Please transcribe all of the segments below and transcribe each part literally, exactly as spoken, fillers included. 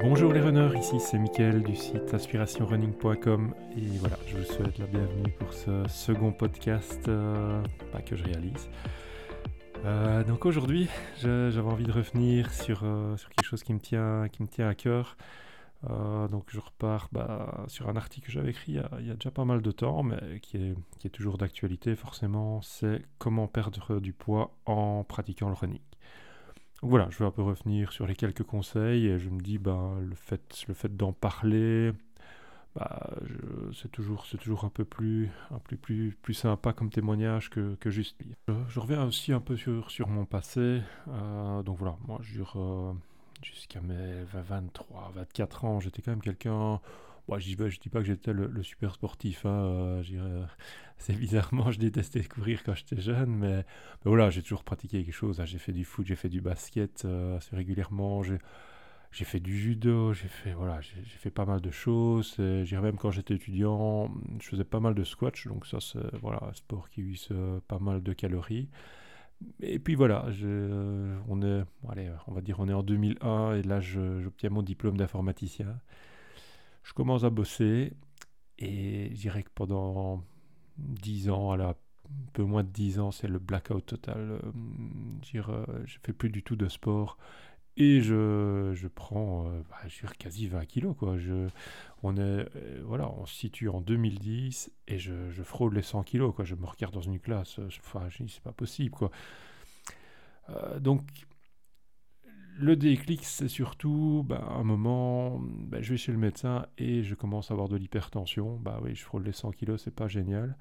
Bonjour les runners, ici c'est Mickaël du site inspiration running point com et voilà, je vous souhaite la bienvenue pour ce second podcast euh, bah, que je réalise. Euh, donc aujourd'hui, je, j'avais envie de revenir sur, euh, sur quelque chose qui me tient, qui me tient à cœur. Euh, donc je repars bah, sur un article que j'avais écrit il y, a, il y a déjà pas mal de temps, mais qui est, qui est toujours d'actualité forcément, c'est comment perdre du poids en pratiquant le running. Donc voilà, je vais un peu revenir sur les quelques conseils et je me dis, bah, le fait, le fait d'en parler, bah, je- c'est toujours, c'est toujours un peu plus, un peu plus, plus sympa comme témoignage que, que juste lire. Je, je reviens aussi un peu sur, sur mon passé. Euh, donc voilà, moi, je dure, euh, jusqu'à mes vingt, vingt-trois, vingt-quatre ans, j'étais quand même quelqu'un. Bon, je dis, pas- je dis pas que j'étais le, le super sportif, hein, euh, je dirais, c'est bizarrement, je détestais courir quand j'étais jeune, mais, mais voilà, j'ai toujours pratiqué quelque chose, hein. J'ai fait du foot, j'ai fait du basket euh, assez régulièrement, j'ai, j'ai fait du judo, j'ai fait, voilà, j'ai, j'ai fait pas mal de choses. Et je dirais même quand j'étais étudiant, je faisais pas mal de squash, donc ça c'est voilà, un sport qui use euh, pas mal de calories. Et puis voilà, je, euh, on est, bon, allez, on va dire on est en deux mille un et là je- j'obtiens mon diplôme d'informaticien. Je commence à bosser et je dirais que pendant dix ans, à la un peu moins de dix ans, c'est le blackout total. Euh, je dirais, euh, je fais plus du tout de sport et je, je prends euh, bah, je dirais quasi vingt kilos quoi. Je, on est, euh, voilà, on se situe en deux mille dix et je, je frôle les cent kilos quoi. Je me regarde dans une classe, euh, je- enfin, je dis c'est pas possible quoi. Euh, donc le déclic, c'est surtout bah, un moment, bah, je vais chez le médecin et je commence à avoir de l'hypertension. Bah oui, je frôle les cent kilos, c'est pas génial.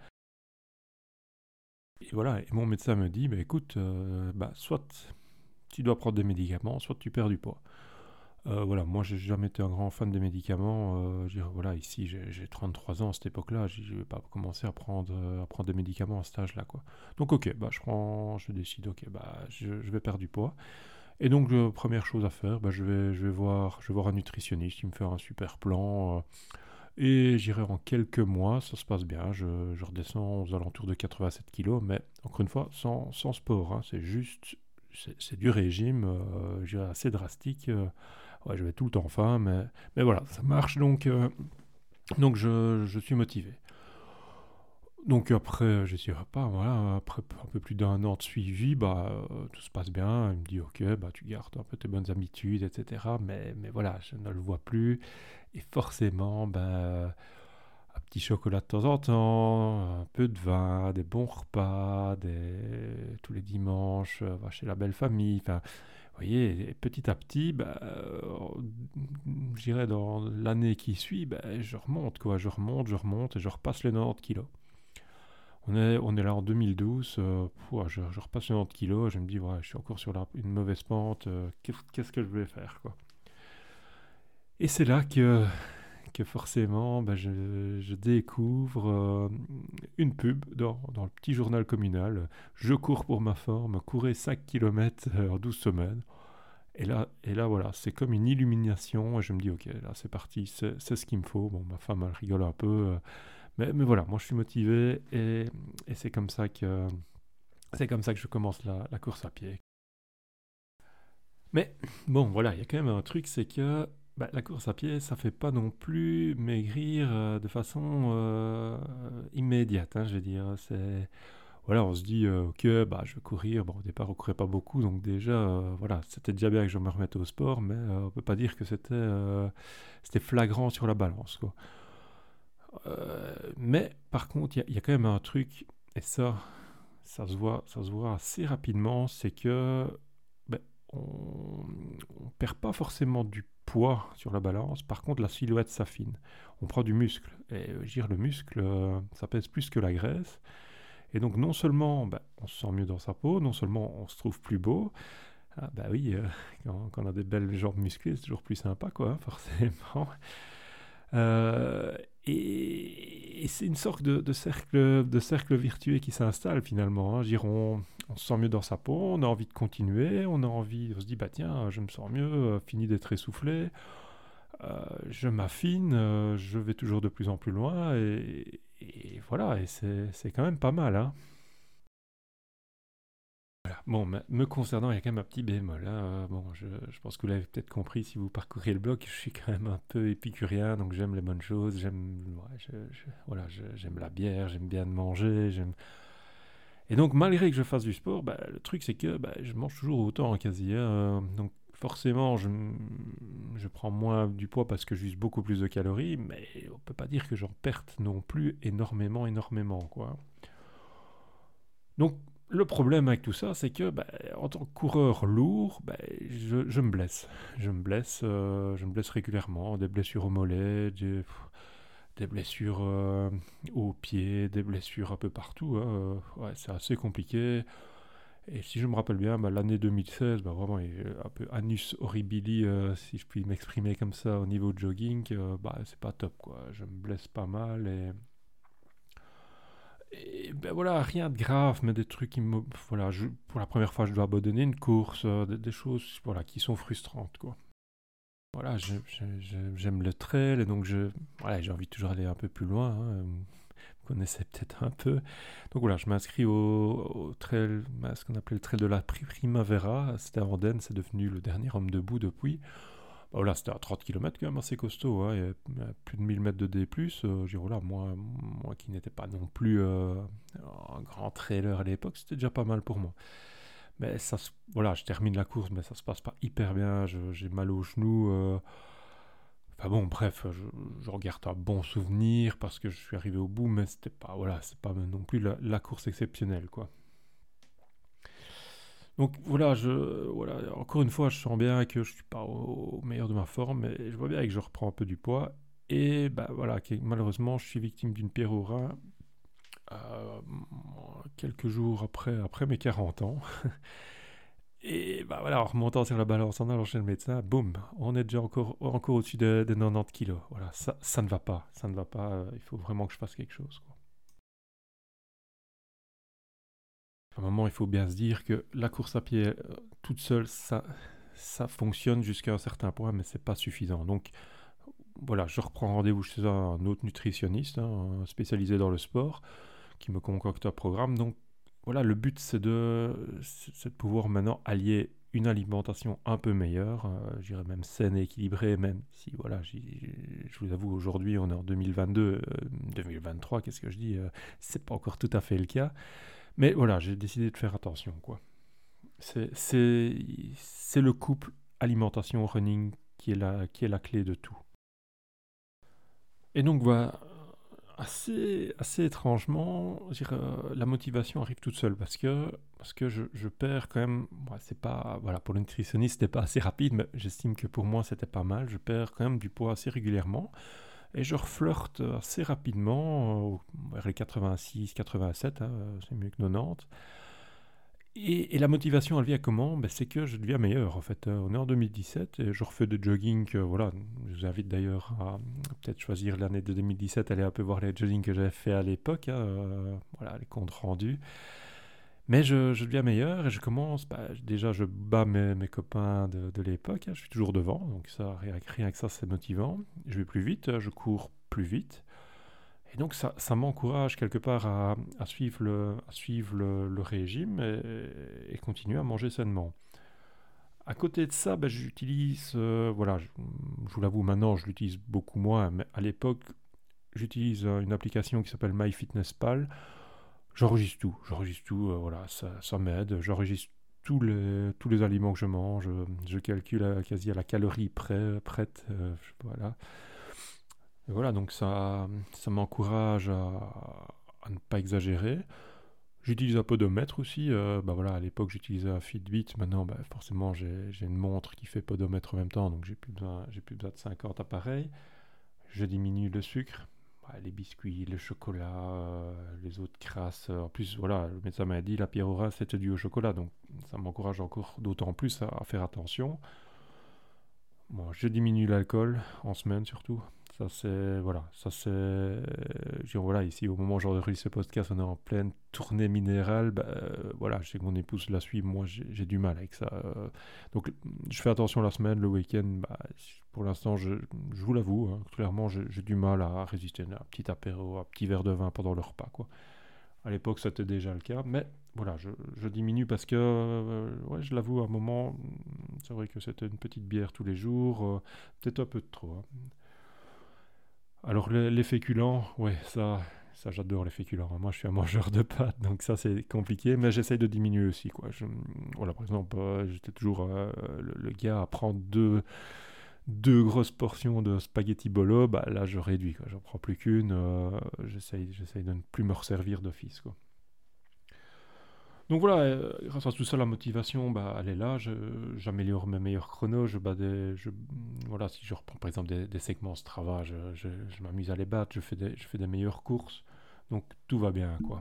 Et voilà, et mon médecin me dit, bah, écoute, euh, bah, soit tu dois prendre des médicaments, soit tu perds du poids. Euh, voilà, moi j'ai jamais été un grand fan des médicaments. Euh, je veux dire, voilà, ici j'ai j'ai trente-trois ans à cette époque-là, je ne vais pas commencer à prendre, euh, à prendre des médicaments à cet âge-là, quoi. Donc ok, bah, je prends, je décide, ok, bah, je, je vais perdre du poids. Et donc, euh, première chose à faire, bah, je vais, je vais voir, je vais voir un nutritionniste qui me fait un super plan. Euh, et j'irai en quelques mois, ça se passe bien. Je, je redescends aux alentours de quatre-vingt-sept kilos, mais encore une fois, sans, sans sport, hein. C'est juste, c'est, c'est du régime, euh, je dirais assez drastique. Euh, ouais, je vais tout le temps faim, mais, mais voilà, ça marche. Donc, euh, donc je, je suis motivé. Donc après, je dirais pas, voilà, après un peu plus d'un an de suivi, bah, euh, tout se passe bien. Il me dit, ok, bah, tu gardes un peu tes bonnes habitudes, et cetera. Mais, mais voilà, je ne le vois plus. Et forcément, ben, un petit chocolat de temps en temps, un peu de vin, des bons repas, des... tous les dimanches, euh, va chez la belle famille. Enfin, vous voyez, et petit à petit, bah, euh, je dirais dans l'année qui suit, bah, je remonte, quoi. Je remonte, je remonte et je repasse les quatre-vingt-dix kilos. On est, on est là en deux mille douze, euh, pouah, je, je repasse les quatre-vingt-dix kilos, je me dis, ouais, je suis encore sur la- une mauvaise pente, euh, qu'est-ce, qu'est-ce que je vais faire, quoi. Et c'est là que, que forcément, bah, je, je découvre euh, une pub dans, dans le petit journal communal. Je cours pour ma forme, courir cinq kilomètres en douze semaines. Et là, et là, voilà, c'est comme une illumination. Et je me dis, ok, là, c'est parti, c'est, c'est ce qu'il me faut. Bon, ma femme, elle rigole un peu. euh, mais, mais voilà, moi, je suis motivé. Et, et c'est comme ça que, c'est comme ça que je commence la, la course à pied. Mais bon, voilà, il y a quand même un truc, c'est que bah, la course à pied, ça fait pas non plus maigrir euh, de façon euh, immédiate, hein, je veux dire. C'est, voilà, on se dit, euh, ok, bah, je vais courir. Bon, au départ, on courait pas beaucoup, donc déjà, euh, voilà, c'était déjà bien que je me remette au sport, mais euh, on peut pas dire que c'était euh, c'était flagrant sur la balance, quoi. Euh, mais par contre, il y, a il y a quand même un truc, et ça, ça se voit, ça se voit assez rapidement, c'est que ben, on ne perd pas forcément du poids sur la balance, par contre la silhouette s'affine. On prend du muscle, et euh, je veux dire, le muscle, euh, ça pèse plus que la graisse, et donc non seulement ben, on se sent mieux dans sa peau, non seulement on se trouve plus beau, ah, bah oui, euh, quand, quand on a des belles jambes musclées, c'est toujours plus sympa, quoi, hein, forcément. Euh, et, et c'est une sorte de, de cercle, de cercle vertueux qui s'installe finalement, hein. Je veux dire, on, on se sent mieux dans sa peau, on a envie de continuer, on a envie, on se dit, bah tiens, je me sens mieux, euh, fini d'être essoufflé, euh, je m'affine, euh, je vais toujours de plus en plus loin, et, et voilà, et c'est, c'est quand même pas mal, hein. Bon, me me concernant, il y a quand même un petit bémol, hein, euh, bon, je, je pense que vous l'avez peut-être compris si vous parcourez le blog, je suis quand même un peu épicurien, donc j'aime les bonnes choses, j'aime, ouais, je- je- voilà, je- j'aime la bière, j'aime bien manger, j'aime. Et donc, malgré que je fasse du sport, bah, le truc c'est que bah, je mange toujours autant en quasi, hein, euh, donc forcément, je, m- je prends moins du poids parce que j'use beaucoup plus de calories, mais on peut pas dire que j'en perte non plus énormément, énormément, quoi. Donc, le problème avec tout ça, c'est que bah, en tant que coureur lourd, bah, je, je me blesse. Je me blesse, euh, je me blesse régulièrement. Des blessures au mollet, des, pff, des blessures euh, aux pieds, des blessures un peu partout, hein. Euh, ouais, c'est assez compliqué. Et si je me rappelle bien, bah, l'année deux mille seize, bah, vraiment, il y a un peu annus horribili, euh, si je puis m'exprimer comme ça au niveau de jogging, euh, bah, c'est pas top, quoi. Je me blesse pas mal et et ben voilà, rien de grave, mais des trucs qui me... Voilà, je- pour la première fois, je dois abandonner une course, euh, des, des choses voilà, qui sont frustrantes, quoi. Voilà, je- je- je- j'aime le trail, et donc je, voilà, j'ai envie de toujours aller un peu plus loin, hein. Vous connaissez peut-être un peu. Donc voilà, je m'inscris au, au trail, à ce qu'on appelait le trail de la Pri- Primavera. C'était à Andenne, c'est devenu le dernier homme debout depuis. Bah voilà, c'était à trente kilomètres quand même assez costaud, hein. Il y avait euh, plus de mille mètres de D plus. Euh, je dis, voilà, moi, moi qui n'étais pas non plus euh, un grand trailer à l'époque, c'était déjà pas mal pour moi. Mais ça, se- voilà, je termine la course, mais ça se passe pas hyper bien. je- J'ai mal aux genoux. euh. Enfin bon, bref, je, je regarde un bon souvenir parce que je suis arrivé au bout, mais c'était pas, voilà, c'est pas non plus la, la course exceptionnelle, quoi. Donc voilà, je, voilà, encore une fois, je sens bien que je suis pas au, au meilleur de ma forme, mais je vois bien que je reprends un peu du poids. Et bah voilà, que- malheureusement, je suis victime d'une pierre au rein euh, quelques jours après, après mes quarante ans. Et bah voilà, en remontant sur la balance, en allant chez le médecin, boum, on est déjà encore, encore au-dessus de, de quatre-vingt-dix kilos. Voilà, ça, ça ne va pas, ça ne va pas, euh, il faut vraiment que je fasse quelque chose, quoi. À un moment, il faut bien se dire que la course à pied, euh, toute seule, ça, ça fonctionne jusqu'à un certain point, mais c'est pas suffisant. Donc voilà, je reprends rendez-vous chez un autre nutritionniste, hein, spécialisé dans le sport, qui me concocte un programme. Donc voilà, le but c'est de, c'est de pouvoir maintenant allier une alimentation un peu meilleure, euh, je dirais même saine et équilibrée, même si voilà, j'y- je vous avoue aujourd'hui on est en deux mille vingt-deux, euh, deux mille vingt-trois, qu'est-ce que je dis, euh, c'est pas encore tout à fait le cas. Mais voilà, j'ai décidé de faire attention, quoi. C'est, c'est, c'est le couple alimentation-running qui est la, qui est la clé de tout. Et donc voilà, assez, assez étrangement, je dirais, euh, la motivation arrive toute seule parce que, parce que je, je perds quand même, ouais, c'est pas, voilà, pour le nutritionniste, c'était pas assez rapide, mais j'estime que pour moi c'était pas mal. Je perds quand même du poids assez régulièrement et je reflirte assez rapidement euh, vers les quatre-vingt-six, quatre-vingt-sept, hein, c'est mieux que quatre-vingt-dix. Et, et la motivation, elle vient comment? Ben, c'est que je deviens meilleur en fait. Euh, on est en deux mille dix-sept et je refais de jogging. Euh, voilà, je vous invite d'ailleurs à peut-être choisir l'année de deux mille dix-sept, aller un peu voir les joggings que j'avais fait à l'époque, hein, euh, voilà, les comptes rendus. Mais je, je deviens meilleur et je commence. Bah, déjà, je bats mes, mes copains de, de l'époque, hein, je suis toujours devant, donc ça, rien, rien que ça, c'est motivant. Je vais plus vite, je cours plus vite. Et donc ça, ça m'encourage quelque part à, à suivre le, à suivre le, le régime et, et continuer à manger sainement. À côté de ça, ben, j'utilise, euh, voilà, je, je vous l'avoue maintenant, je l'utilise beaucoup moins, mais à l'époque, j'utilise euh, une application qui s'appelle MyFitnessPal. J'enregistre tout, j'enregistre tout, euh, voilà, ça, ça m'aide. J'enregistre tous les, tous les aliments que je mange, je, je calcule à- quasi à la calorie près, prête, euh, je- voilà. Et voilà, donc ça, ça m'encourage à, à ne pas exagérer. J'utilise un podomètre aussi. Euh, bah voilà, à l'époque j'utilisais un Fitbit. Maintenant, bah, forcément, j'ai, j'ai une montre qui fait podomètre en même temps, donc j'ai plus besoin, j'ai plus besoin de cinquante appareils. Je diminue le sucre, ouais, les biscuits, le chocolat, euh, les autres crasses. En plus, voilà, le médecin m'a dit la pierre au rein c'était dû au chocolat, donc ça m'encourage encore d'autant plus à, à faire attention. Bon, je diminue l'alcool en semaine surtout. Ça c'est voilà, ça c'est euh, je dis, voilà, ici au moment où j'enregistre ce podcast, on est en pleine tournée minérale. Bah, euh, voilà, je sais que mon épouse la suit, moi j'ai j'ai du mal avec ça. euh. Donc je fais attention la semaine, le week-end, bah, pour l'instant je, je vous l'avoue, hein, clairement j'ai j'ai du mal à résister à un petit apéro, un petit verre de vin pendant le repas, quoi. À l'époque, c'était déjà le cas, mais voilà, je, je diminue parce que, euh, ouais, je l'avoue, à un moment, c'est vrai que c'était une petite bière tous les jours, euh, peut-être un peu de trop, hein. Alors les, les féculents, ouais, ça, ça j'adore les féculents, hein. Moi, je suis un mangeur de pâtes, donc ça c'est compliqué, mais j'essaye de diminuer aussi, quoi. Je- voilà, par exemple, euh, j'étais toujours euh, le, le gars à prendre deux, deux grosses portions de spaghetti bolo, bah là je réduis, quoi. J'en prends plus qu'une, euh, j'essaye, j'essaye de ne plus me resservir d'office, quoi. Donc voilà, euh, grâce à tout ça, la motivation, bah, elle est là. je- J'améliore mes meilleurs chronos. Je bats des, je, voilà, si je reprends par exemple des, des segments Strava, je, je, je m'amuse à les battre. Je fais des, je fais des meilleures courses. Donc tout va bien, quoi.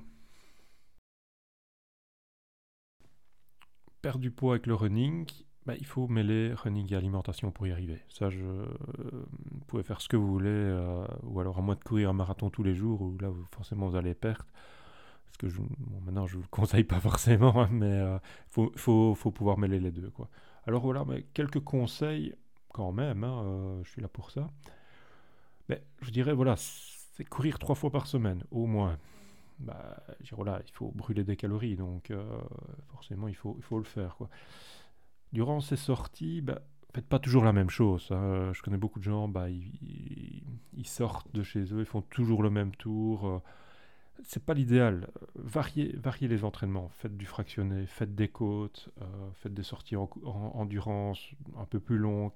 Perdre du poids avec le running, bah, il faut mêler running et alimentation pour y arriver. Ça, je, euh, vous pouvez faire ce que vous voulez, euh, ou alors à moins de courir un marathon tous les jours, où là, vous, forcément, vous allez perdre. Parce que je, bon, maintenant, je ne vous le conseille pas forcément, hein, mais il euh, faut, faut, faut pouvoir mêler les deux, quoi. Alors voilà, mais quelques conseils quand même, hein, euh, je suis là pour ça. Mais je dirais, voilà, c'est courir trois fois par semaine, au moins. Bah, je dirais, voilà, il faut brûler des calories, donc euh, forcément, il faut, il faut le faire, quoi. Durant ces sorties, bah, faites pas toujours la même chose, hein. Je connais beaucoup de gens, bah, ils, ils- ils sortent de chez eux, ils font toujours le même tour. euh, c'est pas l'idéal. Variez, variez les entraînements. Faites du fractionné, faites des côtes, euh, faites des sorties en, en- endurance un peu plus longues.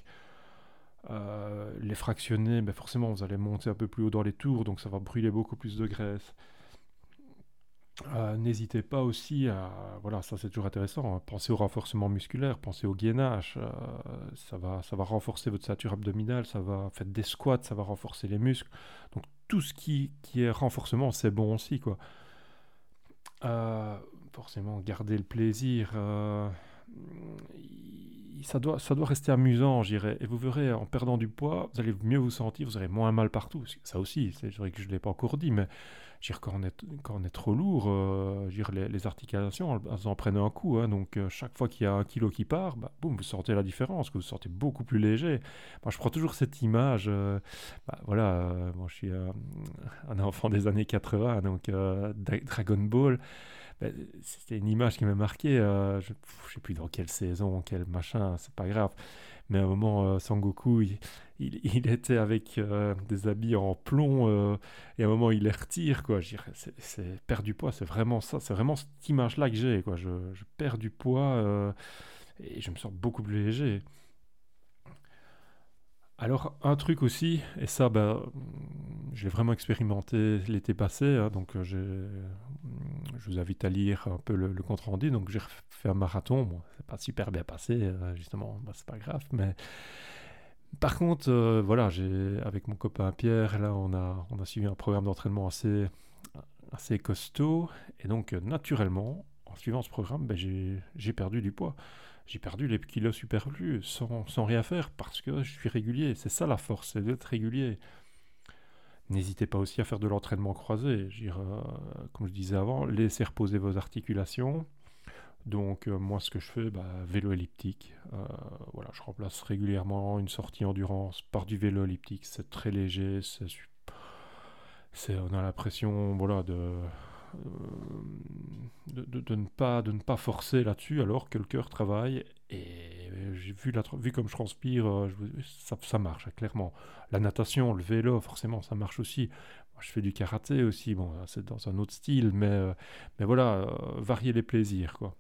Euh, les fractionnés, ben forcément, vous allez monter un peu plus haut dans les tours, donc ça va brûler beaucoup plus de graisse. Euh, n'hésitez pas aussi à, voilà, ça c'est toujours intéressant, hein, pensez au renforcement musculaire, pensez au gainage, euh, ça va, ça va renforcer votre ceinture abdominale, ça va, faites des squats, ça va renforcer les muscles. Donc tout ce qui, qui est renforcement, c'est bon aussi, quoi. Euh, forcément, garder le plaisir, euh, il- ça doit, ça doit rester amusant, je dirais. Et vous verrez, en perdant du poids, vous allez mieux vous sentir, vous aurez moins mal partout. Ça aussi, c'est vrai que je ne l'ai pas encore dit, mais je veux dire, quand on est, quand on est trop lourd, euh, je veux dire, les, les articulations, elles, elles en prennent un coup, hein. Donc, euh, chaque fois qu'il y a un kilo qui part, bah, boum, vous sentez la différence, que vous vous sentez beaucoup plus léger. Moi, je prends toujours cette image. euh, bah, voilà, euh, moi, je suis euh, un enfant des années quatre-vingts, donc euh, Dra- Dragon Ball. Ben, c'était une image qui m'a marqué. Euh, je ne sais plus dans quelle saison, quel machin, c'est pas grave. Mais à un moment, euh, Sangoku, il, il, il était avec euh, des habits en plomb euh, et à un moment, il les retire, quoi. Je dirais, c'est, c'est perdre du poids, c'est vraiment ça. C'est vraiment cette image-là que j'ai, quoi. Je, je perds du poids euh, et je me sens beaucoup plus léger. Alors, un truc aussi, et ça, bah, je l'ai vraiment expérimenté l'été passé, hein, donc euh, j'ai- je vous invite à lire un peu le, le compte-rendu. Donc, j'ai fait un marathon. Bon, c'est pas super bien passé, euh, justement, bah, c'est pas grave. Mais par contre, euh, voilà, j'ai, avec mon copain Pierre, là, on a, on a suivi un programme d'entraînement assez, assez costaud. Et donc, euh, naturellement, en suivant ce programme, ben, j'ai, j'ai perdu du poids. J'ai perdu les kilos superflus sans, sans rien faire parce que je suis régulier. C'est ça la force, c'est d'être régulier. N'hésitez pas aussi à faire de l'entraînement croisé. Je veux dire, euh, comme je disais avant, laissez reposer vos articulations. Donc euh, moi ce que je fais, bah, vélo elliptique. Euh, voilà, je remplace régulièrement une sortie endurance par du vélo elliptique. C'est très léger, c'est, c'est- on a l'impression, voilà, de, euh, de, de- de ne pas, de ne pas forcer là-dessus alors que le cœur travaille. Et j'ai vu, la, vu comme je transpire, euh, je vous- ça, ça marche, hein, clairement. La natation, le vélo, forcément, ça marche aussi. Moi, je fais du karaté aussi, bon, c'est dans un autre style, mais, euh, mais voilà, euh, varier les plaisirs, quoi.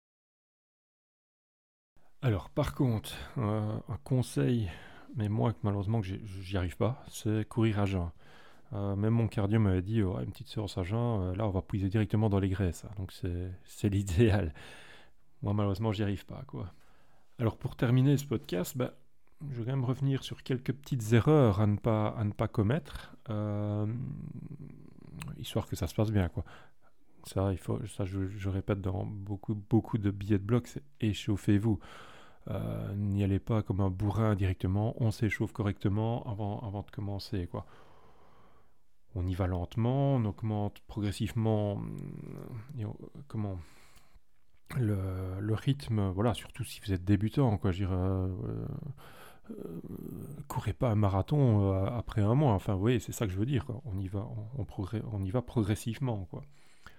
Alors, par contre, euh, un conseil, mais moi, malheureusement, que j'ai- j'y arrive pas, c'est courir à jeun. Euh, même mon cardio m'avait dit, ouais, une petite séance à jeun, euh, là, on va puiser directement dans les graisses, hein. Donc, c'est c'est l'idéal. Moi, malheureusement, j'y arrive pas, quoi. Alors, pour terminer ce podcast, bah, je vais quand même revenir sur quelques petites erreurs à ne pas, à ne pas commettre, euh, histoire que ça se passe bien, quoi. Ça, il faut, ça je, je répète dans beaucoup, beaucoup de billets de blog, c'est échauffez-vous. Euh, n'y allez pas comme un bourrin directement, on s'échauffe correctement avant, avant de commencer, quoi. On y va lentement, on augmente progressivement euh, comment, le, le rythme, voilà, surtout si vous êtes débutant, quoi. Je dirais, euh, euh, courez pas un marathon euh, après un mois, enfin, oui, c'est ça que je veux dire, quoi. On y va, on, on, progr- on y va progressivement, quoi.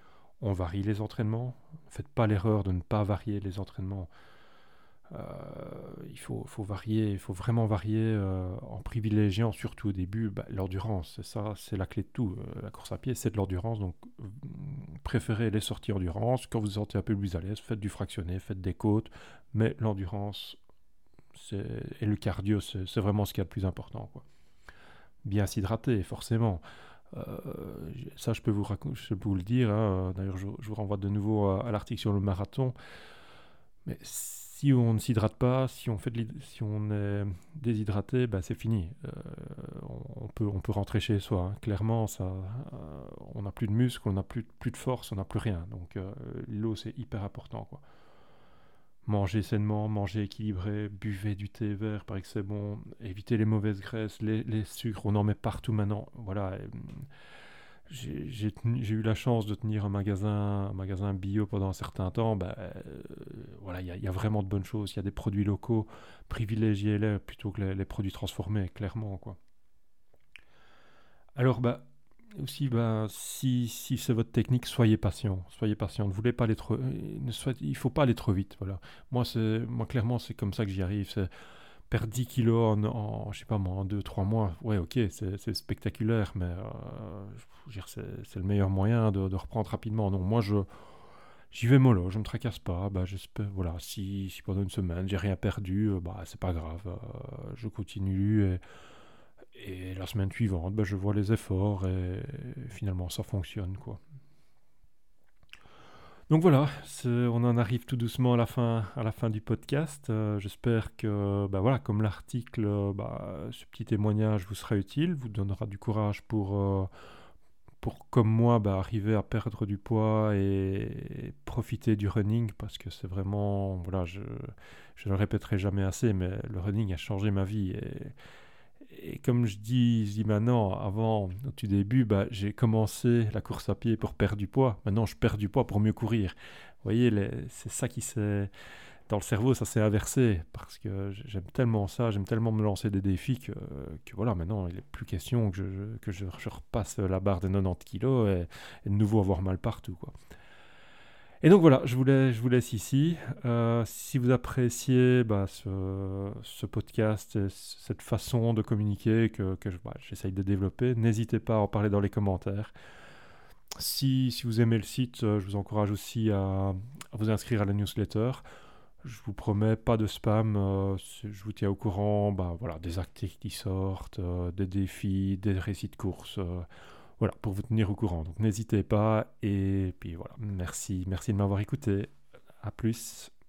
on varie les entraînements. Faites pas l'erreur de ne pas varier les entraînements. Euh, il faut, faut varier, il faut vraiment varier euh, en privilégiant surtout au début bah, l'endurance. C'est ça, c'est la clé de tout. Euh, la course à pied, c'est de l'endurance. Donc, euh, préférez les sorties endurance. Quand vous vous sentez un peu plus à l'aise, faites du fractionné, faites des côtes. Mais l'endurance c'est, et le cardio, c'est, c'est vraiment ce qu'il y a de plus important, quoi. Bien s'hydrater, forcément. Euh, ça, je peux vous, raconter, je peux vous le dire. Hein. D'ailleurs, je, je vous renvoie de nouveau à, à l'article sur le marathon. Mais si on ne s'hydrate pas, si on, fait de si on est déshydraté, bah c'est fini. Euh, on, peut, on peut rentrer chez soi. Hein. Clairement, ça, euh, on n'a plus de muscles, on n'a plus, plus de force, on n'a plus rien. Donc euh, l'eau, c'est hyper important, quoi. Mangez sainement, mangez équilibré, buvez du thé vert, paraît que c'est bon. Évitez les mauvaises graisses, les, les sucres, on en met partout maintenant. Voilà. Et, j'ai, j'ai, tenu, j'ai eu la chance de tenir un magasin, un magasin bio pendant un certain temps. Bah, euh, voilà, il y, y a vraiment de bonnes choses. Il y a des produits locaux, privilégiez-les plutôt que les, les produits transformés, clairement, quoi. Alors, bah, aussi, bah, si, si c'est votre technique, soyez patient. Soyez patient. Ne voulez pas aller trop, ne soyez, il faut pas aller trop vite. Voilà. Moi, c'est, moi, clairement, c'est comme ça que j'y arrive. C'est perdre dix kilos en, en, je sais pas moi, en deux trois mois, ouais, ok, c'est, c'est spectaculaire, mais euh, je veux dire, c'est, c'est le meilleur moyen de, de reprendre rapidement. Non, moi, je, j'y vais mollo, je me tracasse pas. Bah, j'espère, voilà, si, si pendant une semaine, j'ai rien perdu, euh, bah, c'est pas grave. Euh, je continue et, et la semaine suivante, bah, je vois les efforts et, et finalement, ça fonctionne, quoi. Donc voilà, c'est- on en arrive tout doucement à la fin, à la fin du podcast. Euh, j'espère que, bah voilà, comme l'article, euh, bah, ce petit témoignage vous sera utile, vous donnera du courage pour, euh, pour comme moi, bah, arriver à perdre du poids et profiter du running, parce que c'est vraiment, voilà, je, je ne le répéterai jamais assez, mais le running a changé ma vie. Et, et comme je dis, je dis maintenant, avant, au tout début, bah, j'ai commencé la course à pied pour perdre du poids. Maintenant, je perds du poids pour mieux courir. Vous voyez, les- c'est ça qui s'est... Dans le cerveau, ça s'est inversé. Parce que j'aime tellement ça, j'aime tellement me lancer des défis que, que voilà, maintenant, il n'est plus question que, je, que je, je repasse la barre des quatre-vingt-dix kilos et, et de nouveau avoir mal partout, quoi. Et donc voilà, je vous laisse, je vous laisse ici. Euh, si vous appréciez bah, ce, ce podcast, et cette façon de communiquer que, que je- bah, j'essaye de développer, n'hésitez pas à en parler dans les commentaires. Si, si vous aimez le site, euh, je vous encourage aussi à, à vous inscrire à la newsletter. Je vous promets pas de spam, euh, c'est- je vous tiens au courant bah, voilà, des actifs qui sortent, euh, des défis, des récits de course. euh, voilà, pour vous tenir au courant. Donc n'hésitez pas et puis voilà, merci, merci de m'avoir écouté. À plus.